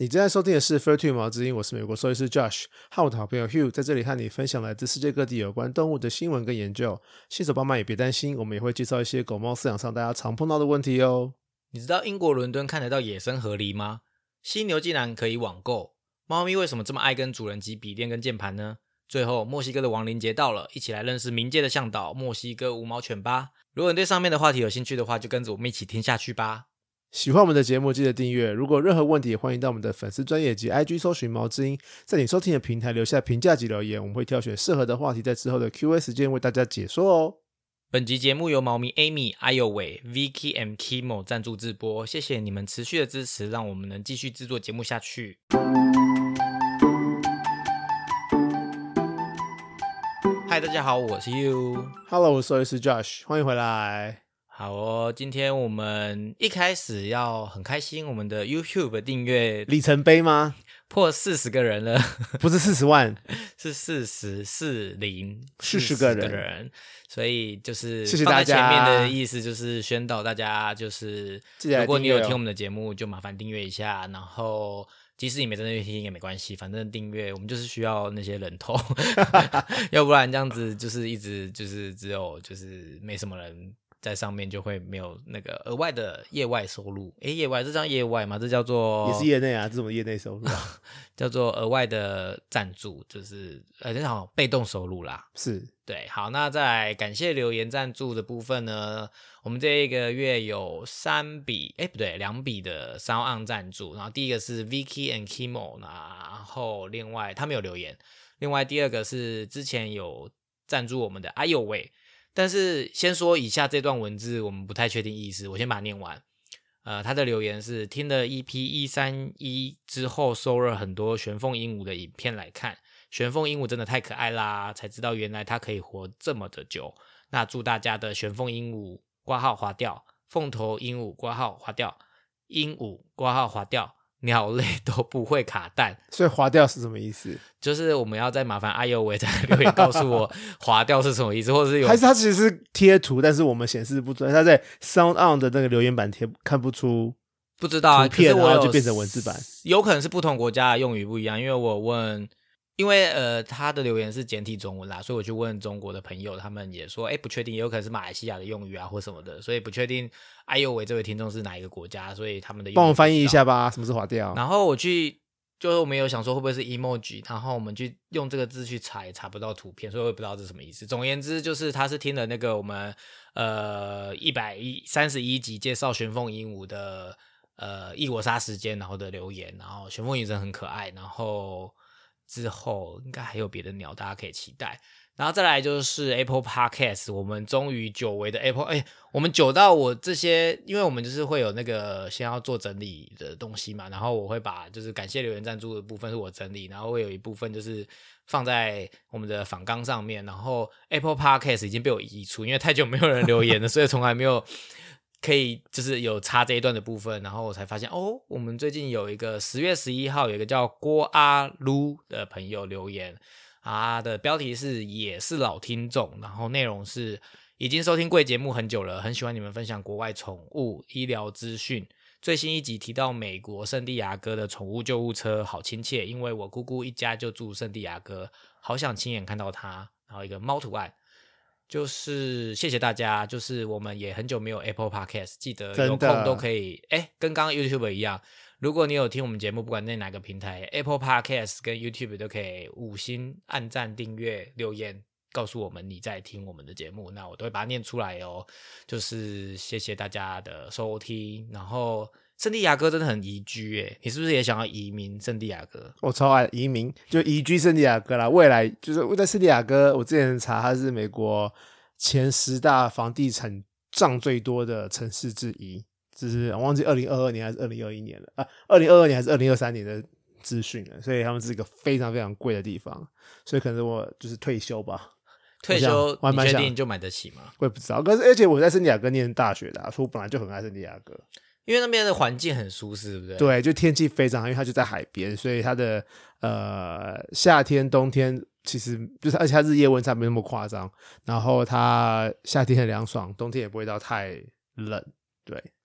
你正在收听的是 Furry 毛之音，我是美国兽医师 Josh， 和我的好朋友 Hugh 在这里和你分享来自世界各地有关动物的新闻跟研究。新手爸妈也别担心，我们也会介绍一些狗猫饲养上大家常碰到的问题哦。 你知道英国伦敦看得到野生河狸吗？犀牛竟然可以网购，猫咪为什么这么爱跟主人挤笔电跟键盘呢？最后墨西哥的亡灵节到了，一起来认识冥界的向导墨西哥无毛犬吧。如果你对上面的话题有兴趣的话，就跟着我们一起听下去吧。 喜欢我们的节目记得订阅，如果有任何问题也欢迎到我们的粉丝专页及 IG 搜寻毛之音，在你收听的平台留下评价及留言，我们会挑选适合的话题在之后的 Q&A 时间为大家解说哦。 本集节目由猫咪 Amy、艾佑伟、Vicky and Kimo 赞助制播，谢谢你们持续的支持，让我们能继续制作节目下去。嗨，大家好，我是 You。Hello， 我是兽医师 Josh， 欢迎回来。 好哦，今天我们一开始要很开心，我们的 YouTube 订阅里程碑吗？ 破40个人了， 不是40万， 是40 个人， 所以就是谢谢大家。 放在前面的意思就是宣导大家，就是如果你有听我们的节目，就麻烦订阅一下，然后即使你没真的听也没关系，反正订阅我们就是需要那些人头，要不然这样子就是一直就是只有就是没什么人在上面，就会没有那个额外的业外收入。业外这叫业外吗？这叫做也是业内啊，这种业内收入叫做额外的赞助，就是这好被动收入啦。 是， 对。好，那再来感谢留言赞助的部分呢，我们这一个月有2笔的SoundOn赞助，然后第一个是 Vicky and Kimo， 然后另外他们有留言，另外第二个是之前有赞助我们的艾佑伟。但是先说以下这段文字我们不太确定意思，我先把它念完。他的留言是听了 EP131 之后收了很多玄凤鹦鹉的影片来看，玄凤鹦鹉真的太可爱啦，才知道原来它可以活这么的久。那祝大家的玄凤鹦鹉括号划掉，凤头鹦鹉括号划掉，鹦鹉括号划掉，鸟类都不会卡蛋。 所以滑掉是什么意思？ 就是我们要再麻烦艾佑伟在留言告诉我滑掉是什么意思，或者是还是他其实是贴图，但是我们显示不出来，他在 SoundOn 的那个留言板贴看不出， 不知道啊， 图片然后就变成文字版， 有可能是不同国家的用语不一样，因为我问，因为他的留言是简体中文啦，所以我去问中国的朋友，他们也说不确定，也有可能是马来西亚的用语啊或什么的，所以不确定艾佑伟这位听众是哪一个国家，所以他们的用语帮我翻译一下吧，什么是滑掉？ 然后就是我们有想说会不会是 emoji， 然后我们去用这个字去查也查不到图片，所以我也不知道这是什么意思。总而言之，就是他是听了那个我们131集介绍玄凤鹦鹉的异国杀时间然后的留言，然后玄凤鹦鹉真的很可爱，然后之后应该还有别的鸟大家可以期待。然后再来就是 Apple Podcast， 我们终于久违的 Apple， 我们久到我这些，因为我们就是会有那个先要做整理的东西嘛，然后我会把就是感谢留言赞助的部分是我整理，然后会有一部分就是放在我们的访纲上面，然后 Apple Podcast 已经被我移除，因为太久没有人留言了，所以从来没有可以就是有插这一段的部分，然后我才发现我们最近有一个10月11号有一个叫郭阿撸的朋友留言。他的标题是也是老听众，然后内容是已经收听贵节目很久了，很喜欢你们分享国外宠物医疗资讯，最新一集提到美国圣地亚哥的宠物救护车好亲切，因为我姑姑一家就住圣地亚哥，好想亲眼看到它，然后一个猫图案，就是谢谢大家，就是我们也很久没有 Apple Podcast， 记得有空都可以跟刚刚 YouTube 一样，如果你有听我们节目，不管在哪个平台 Apple Podcast 跟 YouTube 都可以5星按赞订阅留言告诉我们你在听我们的节目，那我都会把它念出来哦。就是谢谢大家的收听。然后圣地亚哥真的很宜居耶，你是不是也想要移民圣地亚哥？ 我超爱移民，就移居圣地亚哥啦。未来就是我在圣地亚哥，我之前查它是美国前10大房地产涨最多的城市之一。就是我忘记2022年还是2021年了，2022年还是2023年的资讯了，所以他们是一个非常非常贵的地方，所以可能我就是退休吧。 退休你确定就买得起吗？ 我也不知道，可是而且我在圣地亚哥念大学的，所以我本来就很爱圣地亚哥， 因为那边的环境很舒适，对不对？ 对，就天气非常好，因为它就在海边，所以它的夏天冬天其实就是，而且它日夜温差没那么夸张，然后它夏天很凉爽，冬天也不会到太冷，对。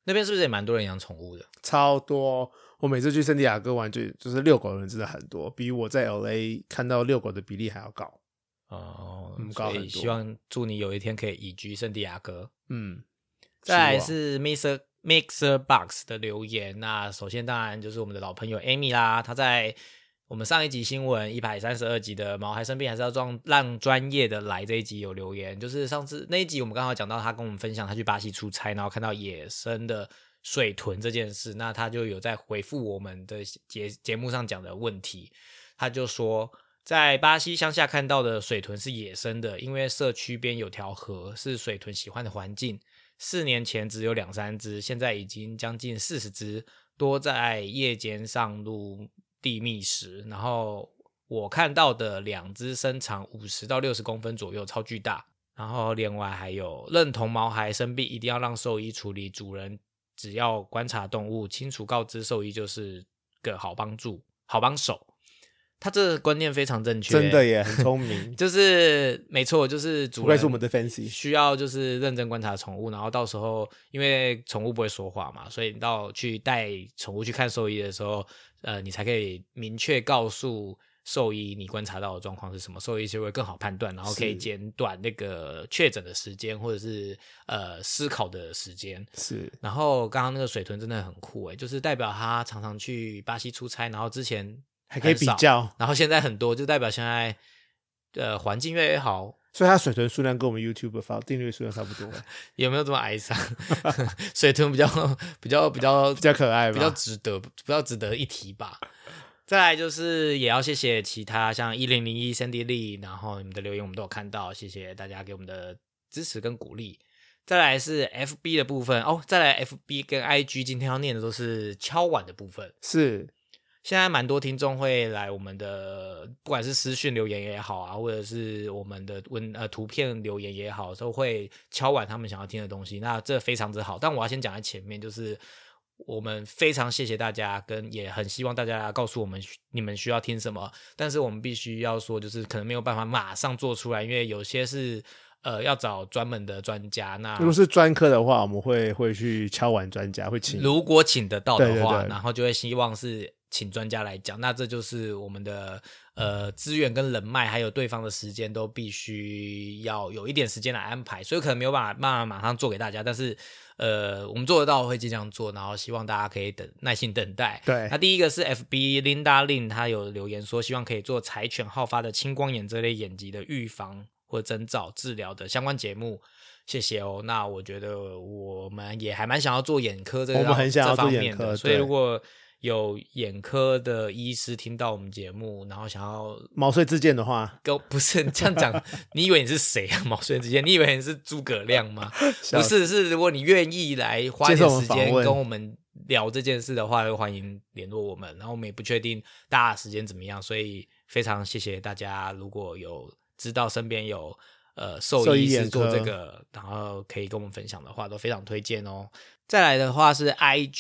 那边是不是也蛮多人养宠物的？ 超多。我每次去圣地亚哥玩就是遛狗的人真的很多，比我在 LA 看到遛狗的比例还要高。高很多。 所以希望祝你有一天可以移居圣地亚哥。再来是 Mixer Box 的留言。那首先当然就是我们的老朋友 Amy 啦，她在我们上一集新闻132集的毛孩生病还是要让专业的来这一集有留言，就是上次那一集我们刚好讲到他跟我们分享他去巴西出差，然后看到野生的水豚这件事，那他就有在回复我们的节目上讲的问题。他就说在巴西乡下看到的水豚是野生的，因为社区边有条河，是水豚喜欢的环境。4年前只有2-3只，现在已经将近40只，多在夜间上陆地觅食。然后我看到的2只身长50到60公分左右，超巨大。然后另外还有认同毛孩生病一定要让兽医处理，主人只要观察动物，清楚告知兽医就是个好帮手。他这个观念非常正确， 真的也很聪明。 就是没错，就是主人不愧是我们的 fancy， 需要就是认真观察宠物，然后到时候因为宠物不会说话嘛，所以到去带宠物去看兽医的时候，你才可以明确告诉兽医你观察到的状况是什么，兽医就会更好判断，然后可以减短那个确诊的时间或者是思考的时间。 是。 然后刚刚那个水豚真的很酷就是代表他常常去巴西出差，然后之前还可以比较， 然后现在很多，就代表现在环境越来越好， 所以它水豚数量跟我们 YouTube 订阅数量差不多。 有没有这么哀伤？水豚比较可爱吧， 比较值得一提吧。再来就是也要谢谢其他像1001 Sandy Lee， 然后你们的留言我们都有看到，谢谢大家给我们的支持跟鼓励。再来是 FB 的部分再来 FB 跟 IG 今天要念的都是敲碗的部分。 是现在蛮多听众会来我们的不管是私讯留言也好啊，或者是我们的图片留言也好，都会敲碗他们想要听的东西，那这非常之好。但我要先讲在前面，就是我们非常谢谢大家，跟也很希望大家告诉我们你们需要听什么，但是我们必须要说就是可能没有办法马上做出来，因为有些是要找专门的专家。那如果是专科的话，我们会去敲碗专家，会请， 如果请得到的话， 对， 然后就会希望是请专家来讲，那这就是我们的资源跟人脉还有对方的时间都必须要有一点时间来安排，所以可能没有办法马上做给大家，但是我们做得到会尽量做，然后希望大家可以耐心等待。 对， 那第一个是 FB Linda Lin， 他有留言说希望可以做柴犬好发的青光眼这类眼疾的预防或征兆治疗的相关节目，谢谢那我觉得我们也还蛮想要做眼科我们很想要做眼科， 所以如果有眼科的医师听到我们节目，然后想要毛遂自荐的话， 不是这样讲，你以为你是谁啊？毛遂自荐，你以为你是诸葛亮吗？不是，是如果你愿意来花一点时间跟我们聊这件事的话，欢迎联络我们。然后我们也不确定大家的时间怎么样，所以非常谢谢大家。如果有知道身边有兽医师做这个，然后可以跟我们分享的话，都非常推荐再来的话是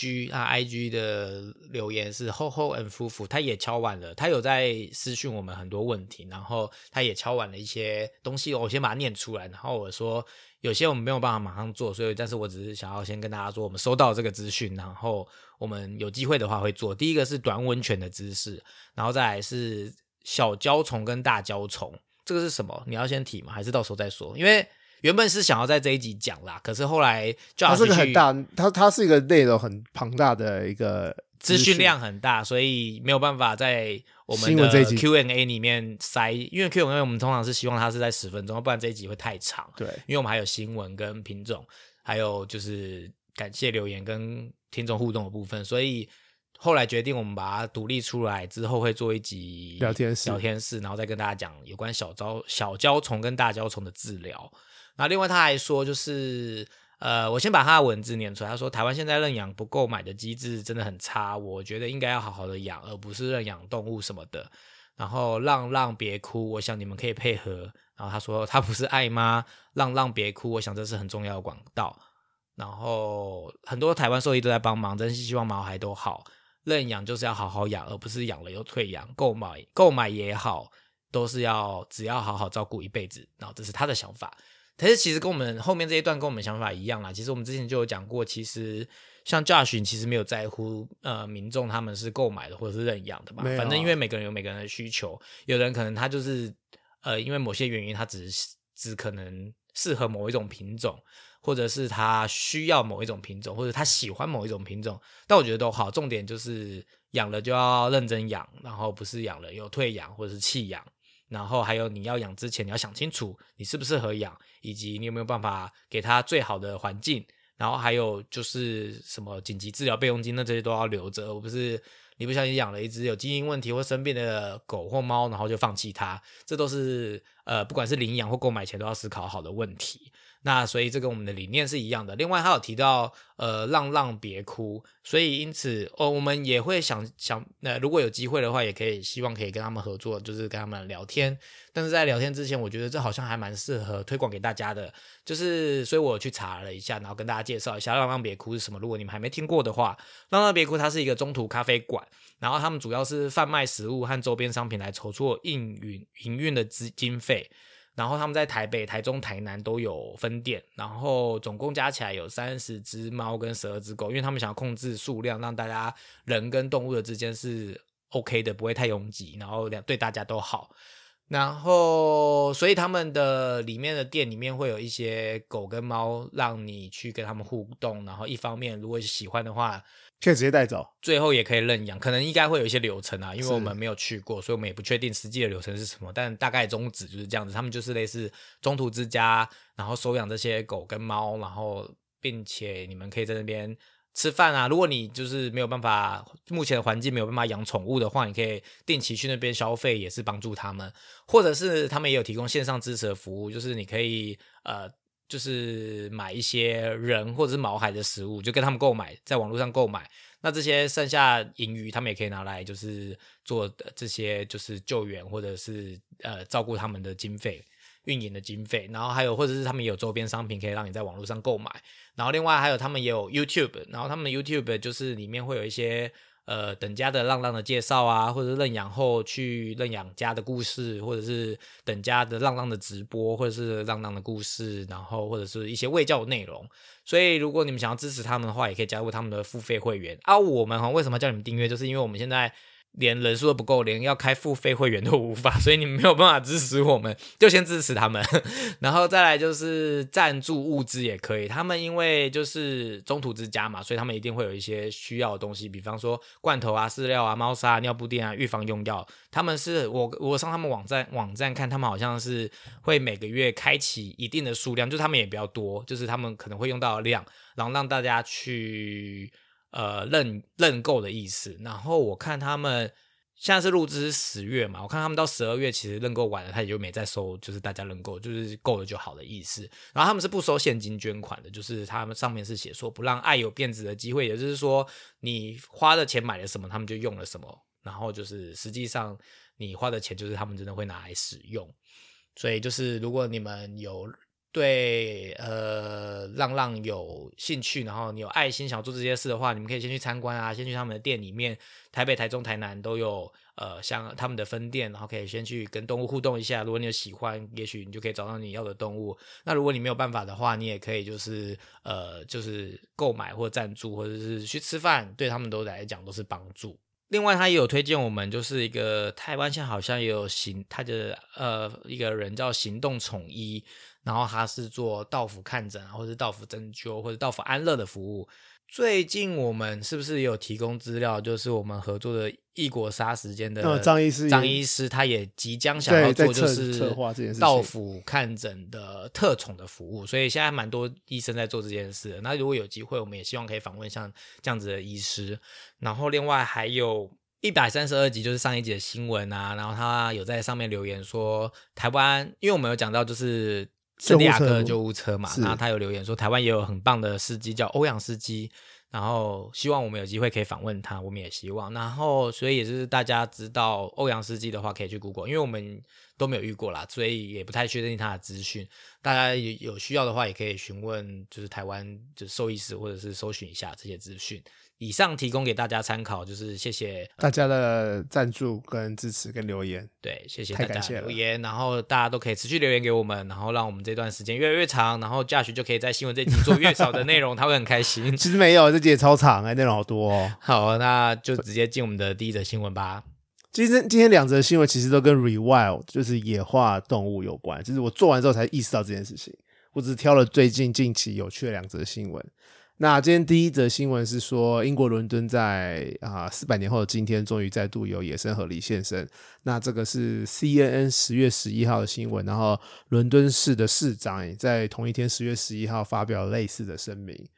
IG 的留言是 Ho and 夫妇，他也敲碗了，他有在私讯我们很多问题，然后他也敲碗了一些东西，我先把它念出来，然后我说有些我们没有办法马上做，但是我只是想要先跟大家说我们收到这个资讯，然后我们有机会的话会做。第一个是短吻犬的知识，然后再来是小胶虫跟大胶虫，这个是什么？你要先提吗？还是到时候再说？因为原本是想要在这一集讲啦，可是后来它是个很大，它是一个内容很庞大的一个资讯量很大，所以没有办法在我们的 Q&A 里面塞，因为 Q&A 我们通常是希望它是在10分钟，不然这一集会太长。 对， 因为我们还有新闻跟品种，还有就是感谢留言跟听众互动的部分，所以后来决定我们把它独立出来之后，会做一集聊天室， 然后再跟大家讲有关小胶虫跟大胶虫的治疗。然后另外他还说就是我先把他的文字念出来，他说台湾现在认养不购买的机制真的很差，我觉得应该要好好的养，而不是认养动物什么的。然后让别哭，我想你们可以配合。然后他说他不是爱妈，让别哭，我想这是很重要的广告。然后很多台湾兽医都在帮忙，真是希望毛孩都好。认养就是要好好养，而不是养了又退养。购买也好，都是只要好好照顾一辈子。然后这是他的想法。 但是其实跟我们后面这一段跟我们想法一样啦。其实我们之前就有讲过，其实像 Josh 其实没有在乎民众他们是购买的或者是认养的嘛，反正因为每个人有每个人的需求，有的人可能他就是因为某些原因他只可能适合某一种品种，或者是他需要某一种品种，或者他喜欢某一种品种，但我觉得都好，重点就是养了就要认真养，然后不是养了有退养或者是弃养，然后还有你要养之前你要想清楚你适不适合养，以及你有没有办法给他最好的环境，然后还有就是什么紧急治疗备用金，那这些都要留着，而不是你不小心养了一只有基因问题或生病的狗或猫，然后就放弃它，这都是不管是领养或购买前都要思考好的问题。那所以这跟我们的理念是一样的。另外他有提到浪浪别哭，所以因此我们也会想如果有机会的话也可以希望可以跟他们合作，就是跟他们聊天。但是在聊天之前我觉得这好像还蛮适合推广给大家的，就是所以我去查了一下，然后跟大家介绍一下浪浪别哭是什么。如果你们还没听过的话，浪浪别哭它是一个中途咖啡馆，然后他们主要是贩卖食物和周边商品来筹措营运的经费。然后他们在台北、台中、台南都有分店，然后总共加起来有30只猫跟12只狗，因为他们想要控制数量，让大家人跟动物的之间是 OK 的，不会太拥挤，然后对大家都好。然后所以他们的里面的店里面会有一些狗跟猫让你去跟他们互动，然后一方面如果喜欢的话可以直接带走， 最后也可以认养，可能应该会有一些流程啊，因为我们没有去过，所以我们也不确定实际的流程是什么，但大概宗旨就是这样子。他们就是类似中途之家，然后收养这些狗跟猫，然后并且你们可以在那边吃饭啊。如果你就是没有办法，目前的环境没有办法养宠物的话，你可以定期去那边消费，也是帮助他们。或者是他们也有提供线上支持的服务，就是你可以就是买一些人或者是毛孩的食物，就跟他们购买，在网络上购买。那这些剩下盈余，他们也可以拿来就是做这些就是救援或者是照顾他们的经费。运营的经费，然后还有或者是他们也有周边商品可以让你在网络上购买，然后另外还有他们也有 YouTube， 然后他们的 YouTube 就是里面会有一些等家的浪浪的介绍啊，或者是认养后去认养家的故事，或者是等家的浪浪的直播，或者是浪浪的故事，然后或者是一些卫教的内容。所以如果你们想要支持他们的话，也可以加入他们的付费会员啊。我们为什么叫你们订阅，就是因为我们现在连人数都不够，连要开付费会员都无法，所以你们没有办法支持我们，就先支持他们。然后再来就是赞助物资也可以，他们因为就是中途之家嘛，所以他们一定会有一些需要的东西，比方说罐头啊、饲料啊、猫砂、尿布垫啊、预防用药。他们是我上他们网站看，他们好像是会每个月开启一定的数量，就是他们也比较多，就是他们可能会用到的量，然后让大家去认购的意思。然后我看他们现在是录制是10月嘛，我看他们到12月其实认购完了，他也就没再收，就是大家认购就是够了就好的意思。然后他们是不收现金捐款的，就是他们上面是写说不让爱有变质的机会，也就是说你花的钱买了什么他们就用了什么，然后就是实际上你花的钱就是他们真的会拿来使用。所以就是如果你们有对浪浪有兴趣，然后你有爱心想要做这些事的话，你们可以先去参观啊，先去他们的店里面，台北、台中、台南都有像他们的分店，然后可以先去跟动物互动一下。如果你有喜欢，也许你就可以找到你要的动物。那如果你没有办法的话，你也可以就是购买或赞助，或者是去吃饭，对他们都来讲都是帮助。另外他也有推荐我们，就是一个台湾现在好像也有他的一个人叫行动宠医，然后他是做到府看诊或者是到府针灸或者到府安乐的服务。最近我们是不是也有提供资料，就是我们合作的异国杀时间的张医师他也即将想要做就是到府看诊的特宠的服务，所以现在蛮多医生在做这件事的。那如果有机会我们也希望可以访问像这样子的医师。然后另外还有132集就是上一集的新闻啊，然后他有在上面留言说台湾，因为我们有讲到就是圣地亚哥的救护车嘛，然后他有留言说台湾也有很棒的司机叫欧阳司机，然后希望我们有机会可以访问他，我们也希望。然后所以也是大家知道欧阳司机的话可以去 Google， 因为我们都没有遇过啦，所以也不太确定他的资讯，大家有需要的话也可以询问就是台湾就是兽医师或者是搜寻一下这些资讯。 以上提供给大家参考，就是谢谢大家的赞助跟支持跟留言， 对，谢谢大家太感谢了留言，然后大家都可以持续留言给我们，然后让我们这段时间越来越长，然后Josh就可以在新闻这集做越少的内容，他会很开心。 其实没有，这集也超长内容好多哦。 好，那就直接进我们的第一则新闻吧。 今天2则新闻其实都跟 rewild 就是野化动物有关，就是我做完之后才意识到这件事情，我只是挑了最近期有趣的2则新闻。那今天第一则新闻是说，英国伦敦在400年后的今天，终于再度有野生河狸现身。那这个是 CNN 10月11号的新闻，然后伦敦市的市长也在同一天10月11号发表类似的声明。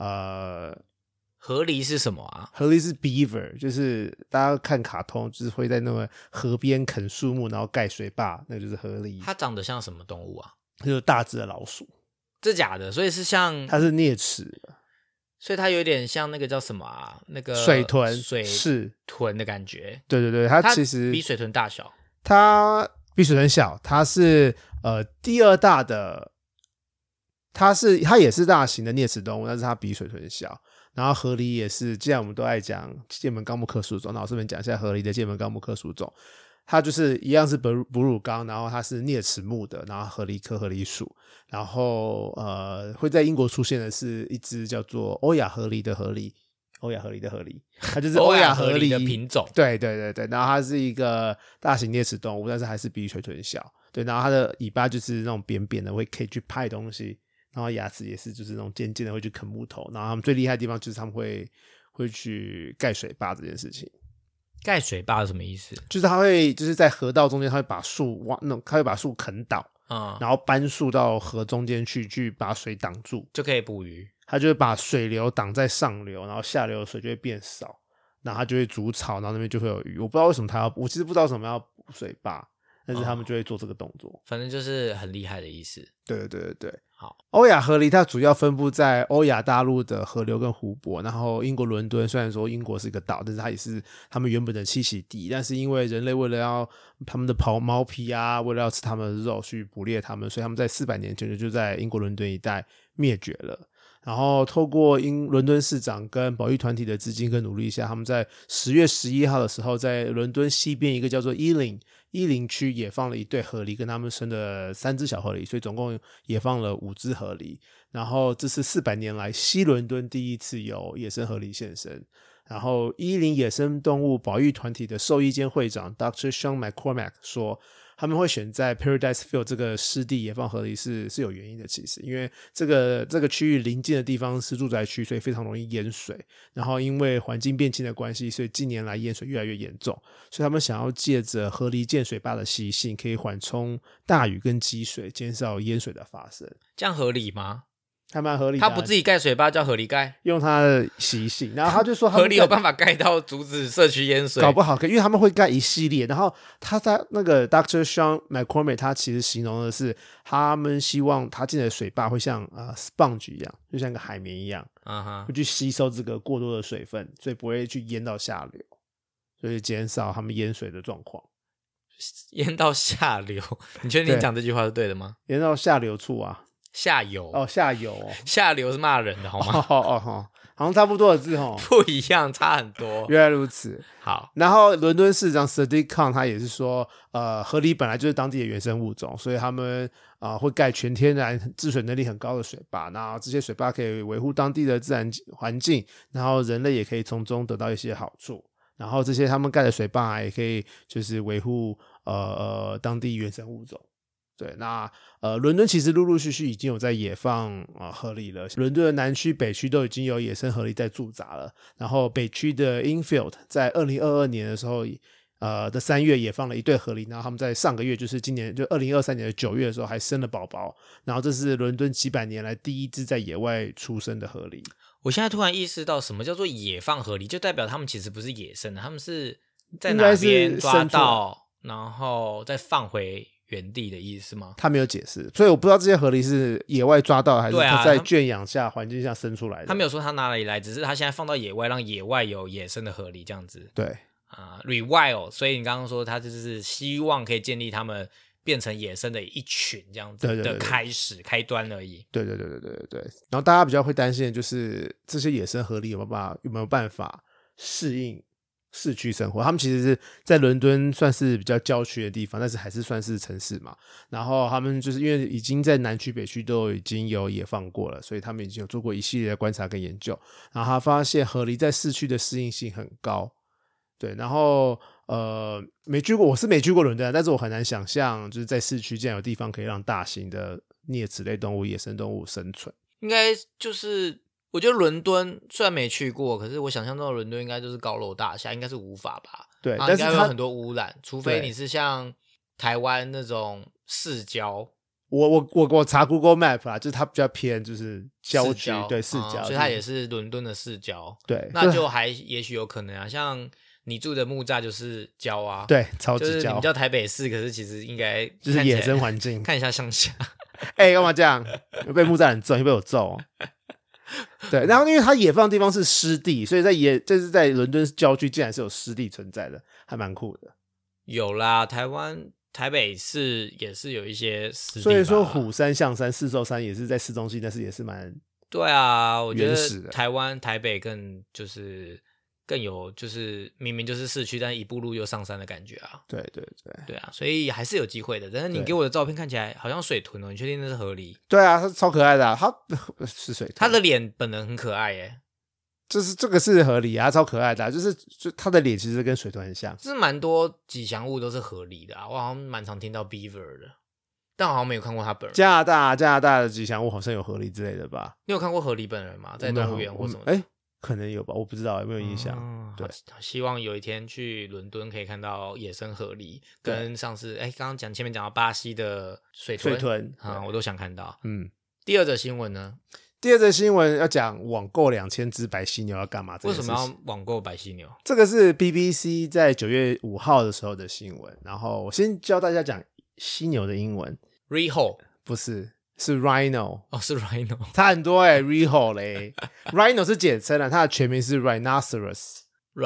河狸是什么啊？ 河狸是 beaver， 就是大家看卡通，就是会在那个河边啃树木，然后盖水坝，那就是河狸。 它长得像什么动物啊？ 就是大只的老鼠。 这假的？所以是像它是啮齿的。 所以它有点像那个叫什么啊？那个水豚是豚的感觉。 对对对，它其实比水豚大小， 它比水豚小，它是第2大的，它也是大型的啮齿动物，但是它比水豚小。然后河狸也是，既然我们都爱讲界门纲目科属种，那我顺便讲一下河狸的界门纲目科属种。它就是一样是哺乳纲，然后它是啮齿目的，然后河狸科河狸属，然后会在英国出现的是一只叫做欧亚河狸的河狸，它就是欧亚河狸的品种。 对对对对，然后它是一个大型啮齿动物，但是还是比水豚小。对，然后它的尾巴就是那种扁扁的，可以去拍东西，然后牙齿也是就是那种尖尖的，会去啃木头。然后他们最厉害的地方就是他们会去盖水坝这件事情。 盖水坝是什么意思？ 就是他会就是在河道中间，他会把树他会把树啃倒，然后搬树到河中间去把水挡住， 就可以捕鱼。 他就会把水流挡在上流，然后下流的水就会变少，然后他就会筑巢，然后那边就会有鱼。我不知道为什么我其实不知道为什么要补水坝，但是他们就会做这个动作。 反正就是很厉害的意思。 对对对对。 好， 欧亚河狸它主要分布在欧亚大陆的河流跟湖泊，然后英国伦敦虽然说英国是一个岛，但是它也是他们原本的栖息地，但是因为人类为了要他们的毛皮啊，为了要吃他们的肉去捕猎他们，所以他们在400年前就在英国伦敦一带灭绝了。然后透过伦敦市长跟保育团体的资金跟努力下，他们在10月11号的时候，在伦敦西边一个叫做伊林区野放了一对河狸，跟他们生的3只小河狸，所以总共野放了5只河狸。然后这是400年来西伦敦第一次有野生河狸现身。然后伊林野生动物保育团体的兽医兼会长 Dr. Sean McCormack 说，他们会选在 Paradise Field 这个湿地野放河狸是有原因的，其实因为这个区域邻近的地方是住宅区，所以非常容易淹水，然后因为环境变迁的关系，所以近年来淹水越来越严重，所以他们想要借着河狸建水坝的习性，可以缓冲大雨跟积水，减少淹水的发生。 这样合理吗？ 还蛮合理的。 他不自己盖水坝叫河狸盖， 用他的习性，然后他就说河狸有办法盖到阻止社区淹水， 搞不好，因为他们会盖一系列。然后他在那个 Dr. Sean McCormack 他其实形容的是，他们希望他建的水坝会像sponge 一样，就像个海绵一样，会去吸收这个过多的水分，所以不会去淹到下流，所以减少他们淹水的状况。 淹到下流？你确定你讲这句话是对的吗？ 淹到下流处啊。 下游哦，下游哦， 下流是骂人的好吗？ 好像差不多的字哦， 不一样，差很多。 原来如此。 好， 然后伦敦市长 Sadiq Khan 他也是说，河狸本来就是当地的原生物种，所以他们会盖全天然、治水能力很高的水坝，那这些水坝可以维护当地的自然环境，然后人类也可以从中得到一些好处。然后这些他们盖的水坝也可以就是维护当地原生物种。对，那伦敦其实陆陆续续已经有在野放河狸了，伦敦的南区、北区都已经有野生河狸在驻扎了。然后北区的 Enfield 在2022年的时候的3月也放了一对河狸，然后他们在上个月就是今年就2023年的9月的时候还生了宝宝，然后这是伦敦几百年来第一只在野外出生的河狸。 我现在突然意识到什么叫做野放河狸，就代表他们其实不是野生的，他们是在哪边抓到然后再放回原地的意思吗？ 他没有解释，所以我不知道这些河狸是野外抓到还是他在圈养下环境下生出来的。 他没有说他哪里来，只是他现在放到野外，让野外有野生的河狸这样子。 对 rewild， 所以你刚刚说他就是希望可以建立他们变成野生的一群这样子的开端而已。 对。然后大家比较会担心的就是这些野生河狸有没有办法适应市区生活。他们其实是在伦敦算是比较郊区的地方，但是还是算是城市嘛。然后他们就是因为已经在南区北区都已经有野放过了，所以他们已经有做过一系列的观察跟研究，然后他发现河狸在市区的适应性很高。对，然后我是没去过伦敦，但是我很难想象就是在市区竟然有地方可以让大型的啮齿类动物、野生动物生存。 应该就是我觉得伦敦虽然没去过，可是我想象中的伦敦应该就是高楼大厦，应该是无法吧。 对，但是应该有很多污染，除非你是像台湾那种市郊。 我查 Google Map 啦，就是它比较偏就是郊区，对，市郊， 所以它也是伦敦的市郊。 对， 那就还也许有可能啊，像你住的木栅就是郊啊， 对，超级郊。 就是你们叫台北市，可是其实应该就是野生环境。 看一下乡下。 干嘛这样？被木栅人揍，被我揍。对，然后因为它野放的地方是湿地，所以就是在伦敦郊区竟然是有湿地存在的，还蛮酷的。 有啦，台北市也是有一些湿地吧， 所以说虎山、象山、四兽山也是在市中心，但是也是蛮对啊。我觉原始的。 台北更有就是明明就是市区，但是一步路又上山的感觉啊。 对啊，所以还是有机会的。但是你给我的照片看起来好像水豚哦，你确定那是河狸？ 对啊，它超可爱的啊，它是水豚， 它的脸本人很可爱耶。 就是这个是河狸啊，超可爱的啊，就它的脸其实跟水豚很像。 就是蛮多吉祥物都是河狸的啊，我好像蛮常听到 beaver 的，但好像没有看过他本人。 加拿大的吉祥物好像有河狸之类的吧？ 你有看过河狸本人吗？在动物园或什么的？ 可能有吧，我不知道有没有印象。对， 希望有一天去伦敦可以看到野生河狸，跟上次刚刚前面讲到巴西的水豚我都想看到。第二则新闻呢？ 第二则新闻要讲网购2000只白犀牛要干嘛？ 为什么要网购白犀牛？ 这个是 BBC 在9月5号的时候的新闻。然后我先教大家讲犀牛的英文 ，Rhino 不是，Rhino 是 Rhino， 差很多Rhino 嘞，Rhino 是简称啦，它的全名是 Rhinoceros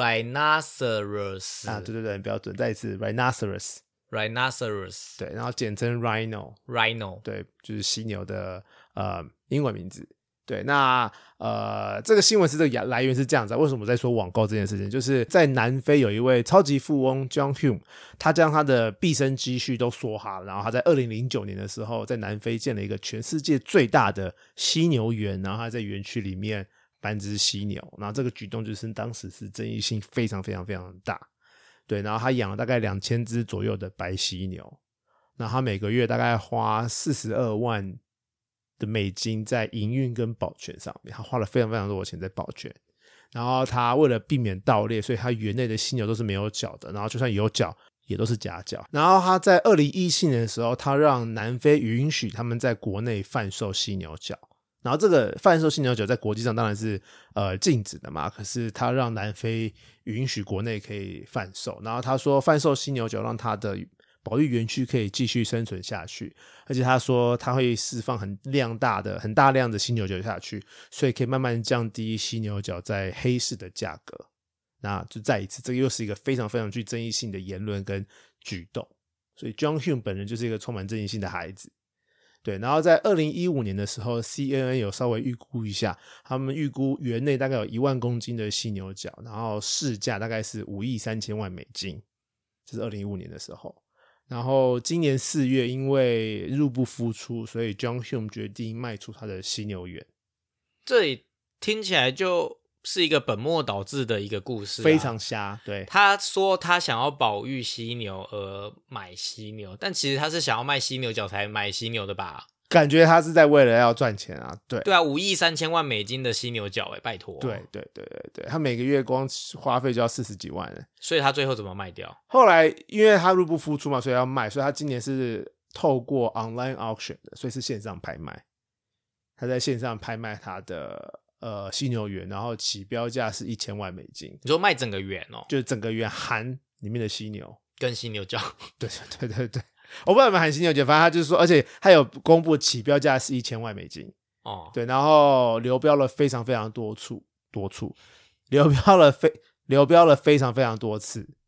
啊，对，很标准，再一次 Rhinoceros， 对，然后简称 Rhino， 对，就是犀牛的英文名字。对，那这个新闻是这个来源是这样子为什么我在说网购这件事情？就是在南非有一位超级富翁 John Hume， 他将他的毕生积蓄都梭哈，然后他在2009年的时候在南非建了一个全世界最大的犀牛园，然后他在园区里面繁殖犀牛，然后这个举动就是当时是争议性非常非常非常大。对，然后他养了大概2000只左右的白犀牛，那他每个月大概花42万的美金在营运跟保全上面，他花了非常非常多的钱在保全。然后他为了避免盗猎，所以他园内的犀牛都是没有角的，然后就算有角也都是假角。然后他在2017年的时候，他让南非允许他们在国内贩售犀牛角。然后这个贩售犀牛角在国际上当然是禁止的嘛，可是他让南非允许国内可以贩售。然后他说贩售犀牛角让他的保育园区可以继续生存下去，而且他说他会释放很大量的犀牛角下去，所以可以慢慢降低犀牛角在黑市的价格。那就再一次，这个又是一个非常非常具争议性的言论跟举动，所以 John Hume 本人就是一个充满争议性的孩子。对，然后在2015年的时候 CNN 有稍微预估一下，他们预估园内大概有1万公斤的犀牛角，然后市价大概是5亿3千万美金，这是2015年的时候。然后今年4月因为入不敷出，所以 John Hume 决定卖出他的犀牛园。 这里听起来就是一个本末倒置的一个故事非常瞎。对， 他说他想要保育犀牛而买犀牛，但其实他是想要卖犀牛角才买犀牛的吧？ 感觉他是在为了要赚钱啊。对啊，5亿3千万美金的犀牛角拜托。 对，他每个月光花费就要40几万了。 所以他最后怎么卖掉？ 后来因为他入不敷出嘛，所以要卖，所以他今年是透过 online auction 的，所以是线上拍卖。他在线上拍卖他的犀牛园，然后起标价是1000万美金。 你说卖整个园哦？ 就是整个园含里面的犀牛跟犀牛角。对， 我不知道有没有含犀牛角，反正他就是说，而且他有公布起标价是1000万美金。对，然后流标了非常非常多处，流标了非常非常多次。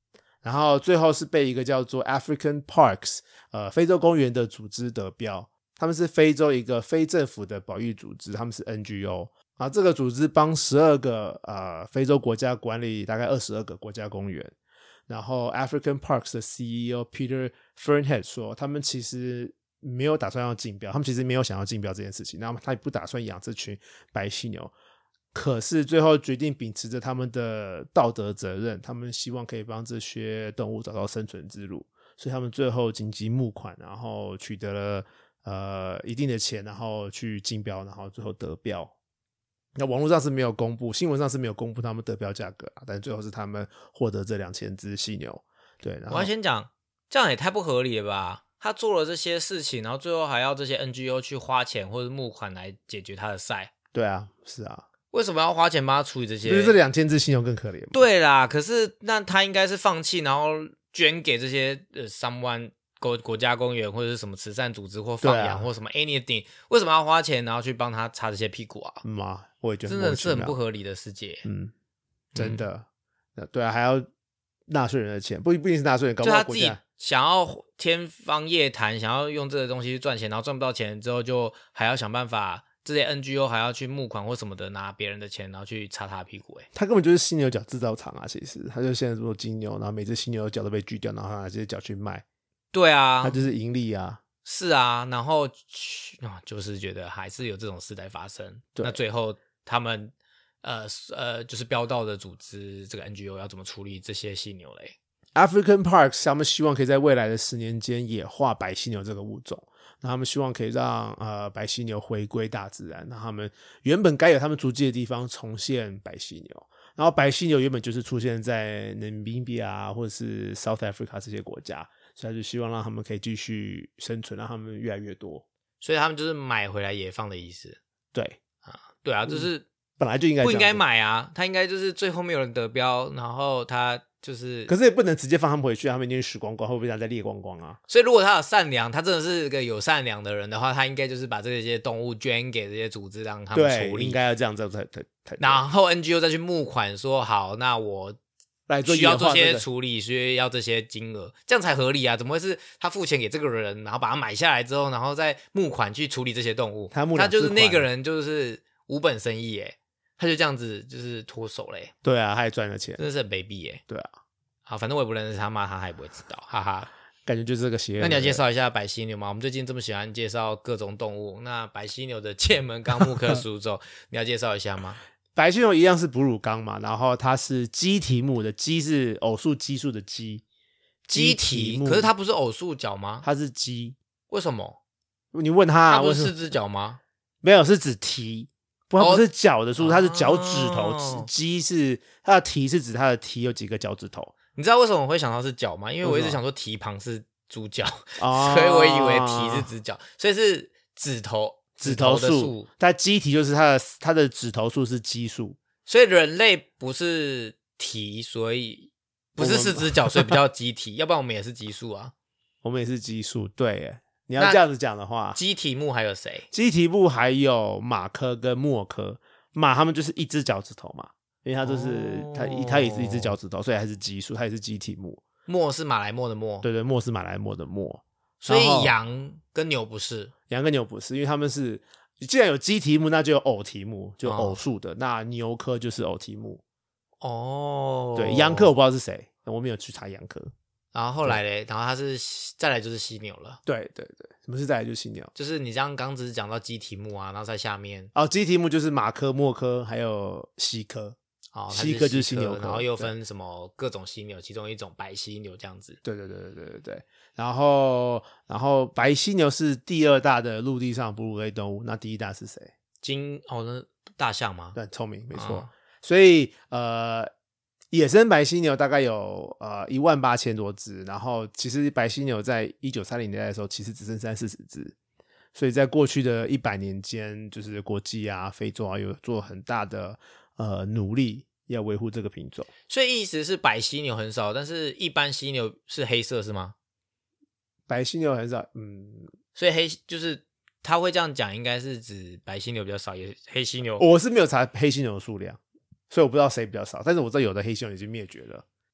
然后最后是被一个叫做 African Parks 非洲公园的组织得标，他们是非洲一个非政府的保育组织，他们是 NGO。啊，这个组织帮12个非洲国家管理大概22个国家公园。然后 African Parks 的 CEO Peter Fernhead 说，他们其实没有打算要竞标，他们其实没有想要竞标这件事情，然后他也不打算养这群白犀牛。可是最后决定秉持着他们的道德责任，他们希望可以帮这些动物找到生存之路，所以他们最后紧急募款，然后取得了一定的钱，然后去竞标，然后最后得标。那网络上是没有公布，新闻上是没有公布他们得标价格但最后是他们获得这2000只犀牛。对，然后我要先讲，这样也太不合理了吧？他做了这些事情，然后最后还要这些 NGO 去花钱或者募款来解决他的赛。 对啊，是啊。 为什么要花钱帮他处理这些？ 不是这2000只犀牛更可怜吗？ 对啦，可是那他应该是放弃，然后捐给这些someone国家公园或者是什么慈善组织或放养或什么 anything， 为什么要花钱然后去帮他擦这些屁股啊？ 我也觉得真的是很不合理的世界。 真的。对啊，还要纳税人的钱，不一定是纳税人，搞不好国家就他自己想要天方夜谭，想要用这个东西去赚钱，然后赚不到钱之后，就还要想办法。这些 NGO 还要去募款或什么的，拿别人的钱，然后去擦他的屁股。 他根本就是犀牛角制造厂啊！其实他就现在做金牛，然后每只犀牛的角都被锯掉，然后他拿这些角去卖。 对啊， 他就是盈利啊。 是啊，然后就是觉得还是有这种事在发生。那最后他们就是标到的组织这个 NGO 要怎么处理这些犀牛嘞？ African Parks 他们希望可以在未来的10年间野化白犀牛这个物种。那他们希望可以让白犀牛回归大自然，让他们原本该有他们足迹的地方重现白犀牛。然后白犀牛原本就是出现在 Namibia 或者是 South Africa 这些国家，所以他就希望让他们可以继续生存，让他们越来越多。 所以他们就是买回来野放的意思。 对啊，对啊，就是本来就应该不应该买啊，他应该就是最后没有人得标，然后他就是， 可是也不能直接放他们回去，他们已经死光光，会不会再猎光光啊？ 所以如果他有善良，他真的是个有善良的人的话，他应该就是把这些动物捐给这些组织，让他们处理。 对，应该要这样子才。 然后 NGO 再去募款，说好，那我来做需要这些处理，需要这些金额，这样才合理啊！怎么会是他付钱给这个人，然后把它买下来之后，然后再募款去处理这些动物？他就是那个人，就是无本生意耶。他就这样子就是脱手嘞。 对啊，他也赚了钱， 真的是很卑鄙耶。 对啊， 好，反正我也不认识他，骂他也不会知道，哈哈。 感觉就是这个邪恶。 那你要介绍一下白犀牛吗？我们最近这么喜欢介绍各种动物，那白犀牛的界门纲目科属种，你要介绍一下吗？ 白犀牛一样是哺乳纲嘛，然后它是基蹄目的，基是偶数基数的基， 基蹄，可是它不是偶数角吗？ 它是基， 为什么？ 你问他， 它不是4只脚吗？ 没有，是指蹄。它不是脚的数，它是脚趾头。鸡是它的蹄是指它的蹄有几个脚趾头。 你知道为什么我会想到是脚吗？因为我一直想说蹄旁是猪脚，所以我以为蹄是指脚，所以是指头的数。 它鸡蹄就是它的指头数是基数， 所以人类不是蹄，所以不是4只脚，所以比较鸡蹄，要不然我们也是奇数啊。 我们也是奇数，对耶。你要这样子讲的话， 基蹄目还有谁？ 基蹄目还有马科跟貘科。马他们就是一只脚趾头嘛，因为它就是它也是一只脚趾头，所以还是奇数，它也是基蹄目。 貘是马来貘的貘， 对对，貘是马来貘的貘。 所以羊跟牛不是， 羊跟牛不是，因为他们是既然有基蹄目，那就有偶蹄目，就偶数的。那牛科就是偶蹄目。 哦， 对，羊科我不知道是谁，我没有去查羊科。 然后后来嘞，然后它是再来就是犀牛了。 对对对，什么是再来就是犀牛？ 就是你刚只是讲到基蹄目啊，然后在下面基蹄目就是马科、貘科还有犀科。犀科就是犀牛科， 然后又分什么各种犀牛，其中一种白犀牛这样子。 对对对对对对对。然后白犀牛是第2大的陆地上哺乳类动物，那第1大是谁？ 那大象吗？ 对，聪明，没错。所以野生白犀牛大概有18000多只，然后其实白犀牛在1930年代的时候其实只剩30-40只，所以在过去的100年间，就是国际啊、非洲啊有做很大的努力要维护这个品种。 所以意思是白犀牛很少，但是一般犀牛是黑色是吗？ 白犀牛很少， 所以就是他会这样讲，应该是指白犀牛比较少，也黑犀牛。 我是没有查黑犀牛的数量。所以我不知道谁比较少，但是我知道有的黑犀牛已经灭绝了。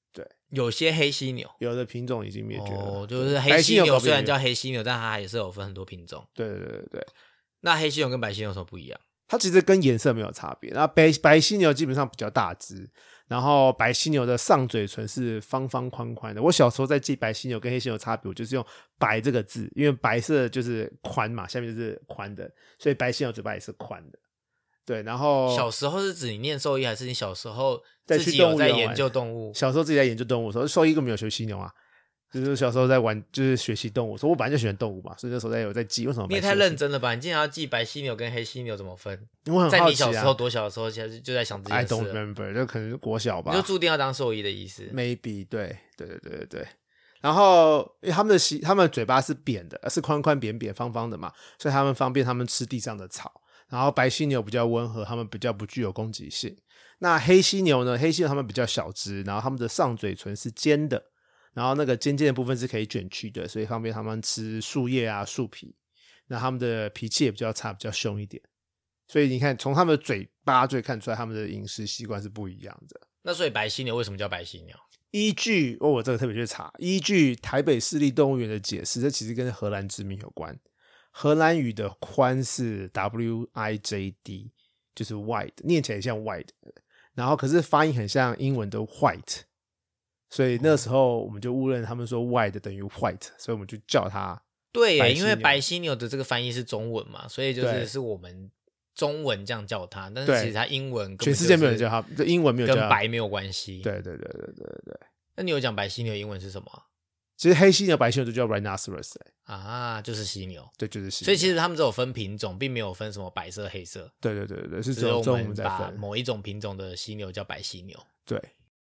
对， 有些黑犀牛， 有的品种已经灭绝了。 就是黑犀白犀牛牛虽然叫黑犀牛，但它也是有分很多品种。 对对对对对， 那黑犀牛跟白犀牛有什么不一样？ 它其实跟颜色没有差别。然后白犀牛基本上比较大只，然后白犀牛的上嘴唇是方方宽宽的。我小时候在记白犀牛跟黑犀牛差别，我就是用白这个字，因为白色就是宽嘛，下面就是宽的，所以白犀牛嘴巴也是宽的。对，然后小时候是指你念兽医，还是你小时候在自己去动物园有在研究动物？ 小时候自己在研究动物的时候，兽医根本没有学犀牛啊，就是小时候在玩，就是学习动物。所以我本来就喜欢动物嘛，所以那时候有在记为什么。 你也太认真了吧！你竟然要记白犀牛跟黑犀牛怎么分？ 我很好奇、啊、 在你小时候多小的时候，其实就在想这件 I 事 don't remember， 就可能是国小吧。 你就注定要当兽医的意思 ？Maybe， 对。然后因为他们的嘴巴是扁的，是宽宽扁扁方方的嘛，所以他们方便他们吃地上的草。然后白犀牛比较温和，他们比较不具有攻击性。那黑犀牛呢？黑犀牛他们比较小只，然后他们的上嘴唇是尖的，然后那个尖尖的部分是可以卷曲的，所以方便他们吃树叶啊、树皮。那他们的脾气也比较差，比较凶一点。所以你看，从他们的嘴巴就可以看出来，他们的饮食习惯是不一样的。 那所以白犀牛为什么叫白犀牛？ 依据我这个特别去查，依据台北市立动物园的解释，这其实跟荷兰殖民有关。荷兰语的宽是 WIJD， 就是 wide， 念起来像 wide， 然后可是发音很像英文的 white， 所以那时候我们就误认他们说 wide 等于 white， 所以我们就叫它对耶，因为白犀牛的这个翻译是中文嘛，所以是我们中文这样叫它，但是其实它英文全世界没有人叫它，这英文没有叫它， 跟白没有关系。 对。 那你有讲白犀牛英文是什么？ 其实黑犀牛、白犀牛都叫 rhinoceros 啊，就是犀牛。 对，就是犀牛。 所以其实他们只有分品种，并没有分什么白色、黑色。 对，是只有我们在分某一种品种的犀牛叫白犀牛。 对。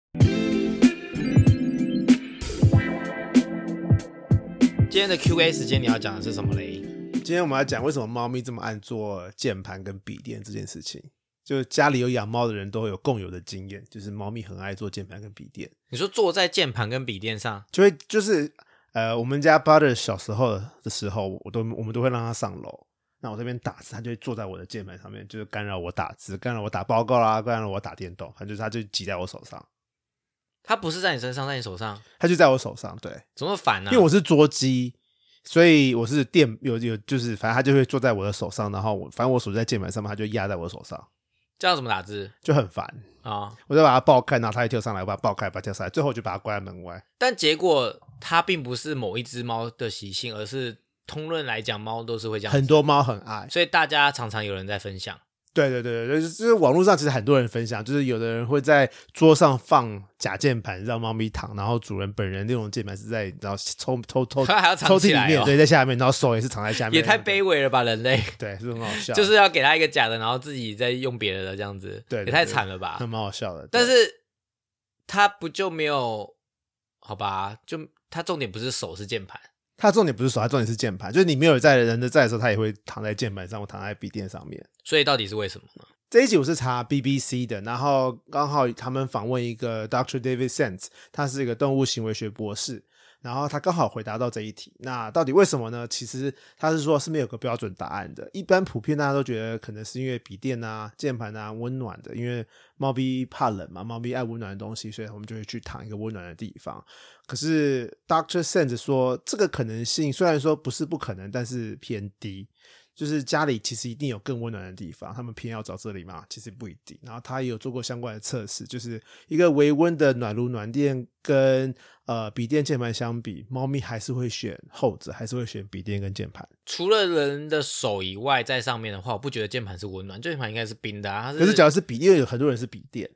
今天的 Q&A 时间你要讲的是什么嘞？ 今天我们要讲为什么猫咪这么爱做键盘跟笔电这件事情。就家里有养猫的人都会有共有的经验，就是猫咪很爱做键盘跟笔电。 你说坐在键盘跟笔电上， 就是我们家 Butter 小时候的时候，我们都会让他上楼，那我这边打字，他就会坐在我的键盘上面，就是干扰我打字，干扰我打报告啦，干扰我打电动，反正就是他就挤在我手上。 他不是在你身上，在你手上， 他就在我手上，对。 怎么反呢？ 因为我是桌机，所以我是就是反正他就会坐在我的手上，然后反正我手在键盘上面，他就压在我的手上。 这样怎么打字？ 就很烦啊！我就把它爆开，然后它一跳上来，我把它爆开，把它跳上来，最后就把它关在门外。 但结果它并不是某一只猫的习性，而是通论来讲，猫都是会这样子。 很多猫很爱， 所以大家常常有人在分享。 对，就是网络上其实很多人分享，就是有的人会在桌上藏假键盘让猫咪躺，然后主人本人那种键盘是在然后抽还要藏起来、 抽屉里面，对，在下面，然后手也是藏在下面， 也太卑微了吧，人类。 对，是很好笑， 就是要给他一个假的，然后自己再用别的这样子， 对， 也太惨了吧， 蛮好笑的。 但是他不就没有好吧？就他重点不是手是键盘。 它重点不是手，它重点是键盘。就是你没有在人的在的时候，它也会躺在键盘上或躺在笔电上面。 所以到底是为什么呢？ 这一集我是查 BBC 的，然后刚好他们访问一个 Dr. David Sands， 他是一个动物行为学博士，然后他刚好回答到这一题。那到底为什么呢？其实他是说是没有个标准答案的。一般普遍大家都觉得可能是因为笔电啊、键盘啊温暖的，因为猫咪怕冷嘛，猫咪爱温暖的东西，所以我们就会去躺一个温暖的地方。可是 Dr. Sands 说，这个可能性虽然说不是不可能，但是偏低。就是家里其实一定有更温暖的地方，他们偏要找这里嘛？其实不一定。然后他也有做过相关的测试，就是一个微温的暖炉暖电跟笔电键盘相比，猫咪还是会选后者，还是会选笔电跟键盘。 除了人的手以外，在上面的话，我不觉得键盘是温暖，键盘应该是冰的啊。 可是假如是笔电，有很多人是笔电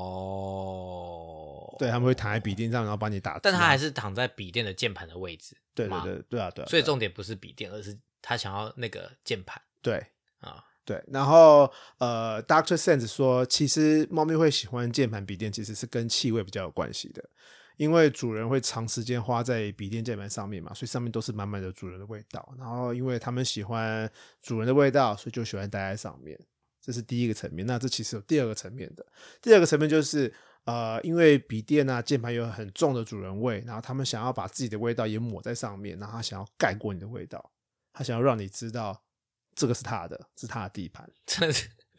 哦， 对，他们会躺在笔电上，然后帮你打字， 但他还是躺在笔电的键盘的位置。 对啊。 所以重点不是笔电，而是他想要那个键盘。 对啊， 对。然后Dr. Sands 说，其实猫咪会喜欢键盘笔电，其实是跟气味比较有关系的。因为主人会长时间花在笔电键盘上面嘛，所以上面都是满满的主人的味道。然后因为他们喜欢主人的味道，所以就喜欢待在上面。这是第一个层面。那这其实有第二个层面的。第二个层面就是因为笔电啊键盘有很重的主人味，然后他们想要把自己的味道也抹在上面，然后他想要盖过你的味道，他想要让你知道这个是他的，是他的地盘。 真的是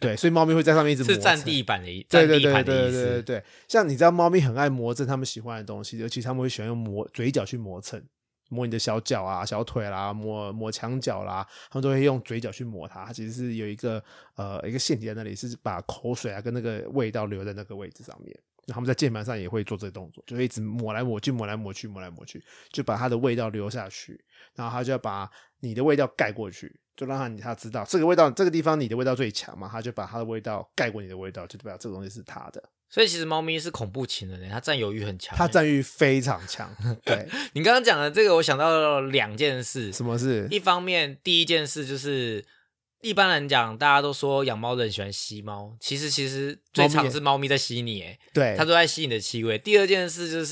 对，所以猫咪会在上面一直磨蹭， 是占地盘的意对思。 像你知道猫咪很爱磨蹭他们喜欢的东西，尤其他们会喜欢用嘴角去磨蹭，摸你的小脚啊、小腿啦，摸墙角啦，他们都会用嘴角去磨它。它其实是有一个腺体在那里，是把口水啊跟那个味道留在那个位置上面。他们在键盘上也会做这个动作，就会一直抹来抹去，就把它的味道留下去，然后它就要把你的味道盖过去，就让它知道这个味道这个地方你的味道最强嘛，它就把它的味道盖过你的味道，就代表这个东西是它的。 所以其实猫咪是恐怖情人，它占有欲很强， 它占有欲非常强。对， 你刚刚讲的这个，我想到了2件事。 什么事？ 一方面，第一件事就是一般人讲，大家都说养猫的人喜欢吸猫，其实最常是猫咪在吸你， 对， 它都在吸你的气味。第二件事就是，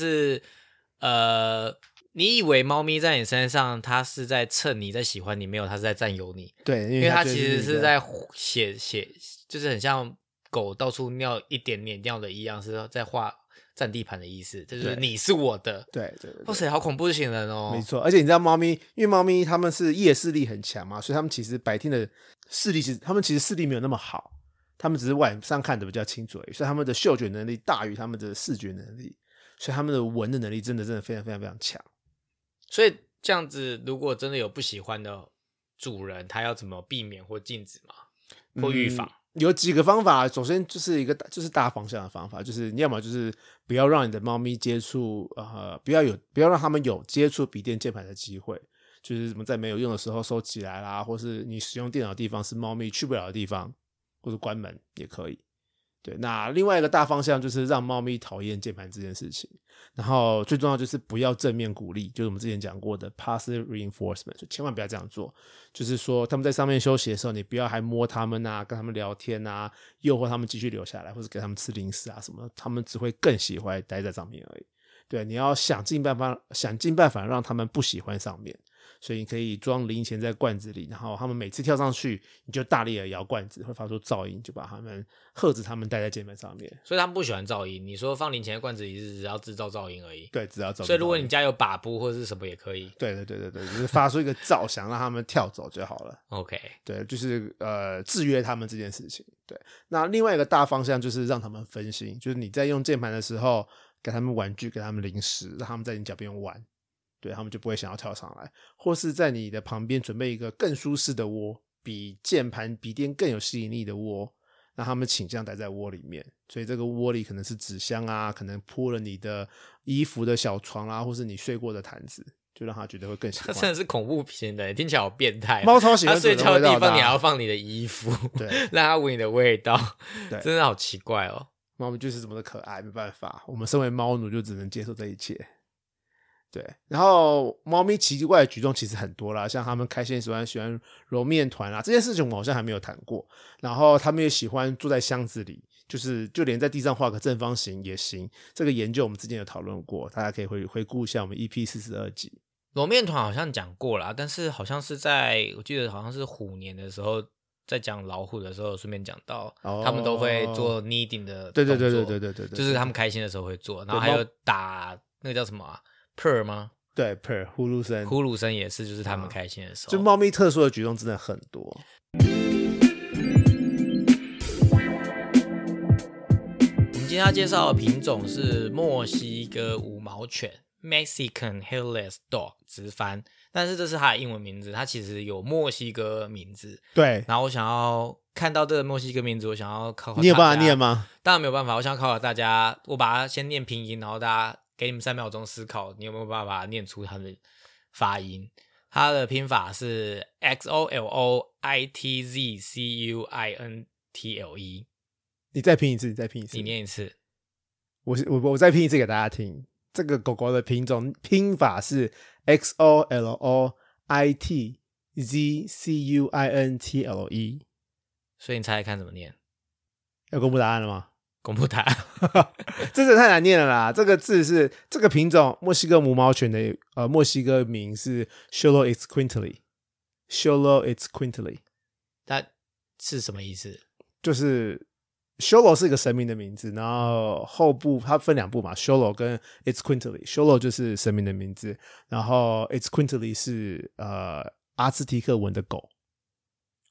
你以为猫咪在你身上，它是在蹭你，在喜欢你，没有，它是在占有你。 对， 因为它其实是在写，就是很像狗到处尿一点点尿的一样，是在画占地盘的意思，就是你是我的。 对， 哇塞，好恐怖情人哦！ 没错，而且你知道猫咪，因为猫咪它们是夜视力很强嘛，所以它们其实白天的视力它们其实视力没有那么好，它们只是晚上看得比较清楚而已，所以它们的嗅觉能力大于它们的视觉能力，所以它们的闻的能力真的非常非常非常强。 所以这样子，如果真的有不喜欢的主人，他要怎么避免或禁止吗？或预防？ 有几个方法，首先就是就是大方向的方法，就是你要么就是不要让你的猫咪接触不要让他们有接触笔电键盘的机会，就是什么在没有用的时候收起来啦，或是你使用电脑的地方是猫咪去不了的地方，或者关门也可以。对，那另外一个大方向就是让猫咪讨厌键盘这件事情，然后最重要就是不要正面鼓励，就是我们之前讲过的 passive reinforcement， 就千万不要这样做。就是说他们在上面休息的时候，你不要还摸他们啊，跟他们聊天啊，诱惑他们继续留下来，或者给他们吃零食啊什么的，他们只会更喜欢待在上面而已。对，你要想尽办法让他们不喜欢上面。所以你可以装零钱在罐子里，然后他们每次跳上去，你就大力的摇罐子，会发出噪音，就把他们喝止他们待在键盘上面。 所以他们不喜欢噪音。你说放零钱在罐子里是只要制造噪音而已。 对，只要噪音。 所以如果你家有把布或者是什么也可以。 对，就是发出一个噪响，让他们跳走就好了。 OK， 对，就是制约他们这件事情。对，那另外一个大方向就是让他们分心，就是你在用键盘的时候，给他们玩具，给他们零食，让他们在你脚边玩。对，他们就不会想要跳上来，或是在你的旁边准备一个更舒适的窝，比键盘笔电更有吸引力的窝，让他们倾向待在窝里面。所以这个窝里可能是纸箱啊，可能铺了你的衣服的小床啦，或是你睡过的毯子，就让他觉得会更喜欢。 他真的是恐怖片的，听起来好变态。 猫超喜欢他睡觉的地方，你还要放你的衣服， 对， 让他闻你的味道， 对， 真的好奇怪哦。 猫咪就是这么的可爱，没办法，我们身为猫奴就只能接受这一切。对，然后猫咪奇怪的举动其实很多啦，像他们开心喜欢揉面团啊，这件事情我们好像还没有谈过。然后他们也喜欢坐在箱子里，就连在地上画个正方形也行。这个研究我们之前有讨论过，大家可以回顾一下我们 EP42 集。 揉面团好像讲过啦，但是好像是我记得好像是虎年的时候，在讲老虎的时候顺便讲到，他们都会做 kneading 的动作， 对， 就是他们开心的时候会做，然后还有打那个叫什么啊？purr 吗？ 对 ，purr 呼噜声也是，就是他们开心的时候。 就猫咪特殊的举动真的很多。 我们今天要介绍的品种是墨西哥无毛犬 Mexican Hairless Dog 直翻，但是这是它的英文名字，它其实有墨西哥名字。 对， 然后我想要看到这个墨西哥名字，我想要考考大家。 你有办法念吗？ 当然没有办法，我想要考考大家，我把它先念拼音，然后大家给你们3秒钟思考，你有没有办法念出它的发音？它的拼法是 XOLOITZCUINTLE。 你再拼一次， 你念一次。 我再拼一次给大家听。这个狗狗的品种拼法是 XOLOITZCUINTLE。 所以你猜猜看怎么念？ 要公布答案了吗？ 公布答案。 这真的太难念了啦！这个字是这个品种墨西哥无毛犬的墨西哥名是 Xoloitzcuintli。 它是什么意思？ 就是 Xolo 是一个神明的名字，然后后部它分2部嘛 ，Xolo 跟 Itzcuintli。Xolo 就是神明的名字，然后 Itzcuintli 是阿兹提克文的狗。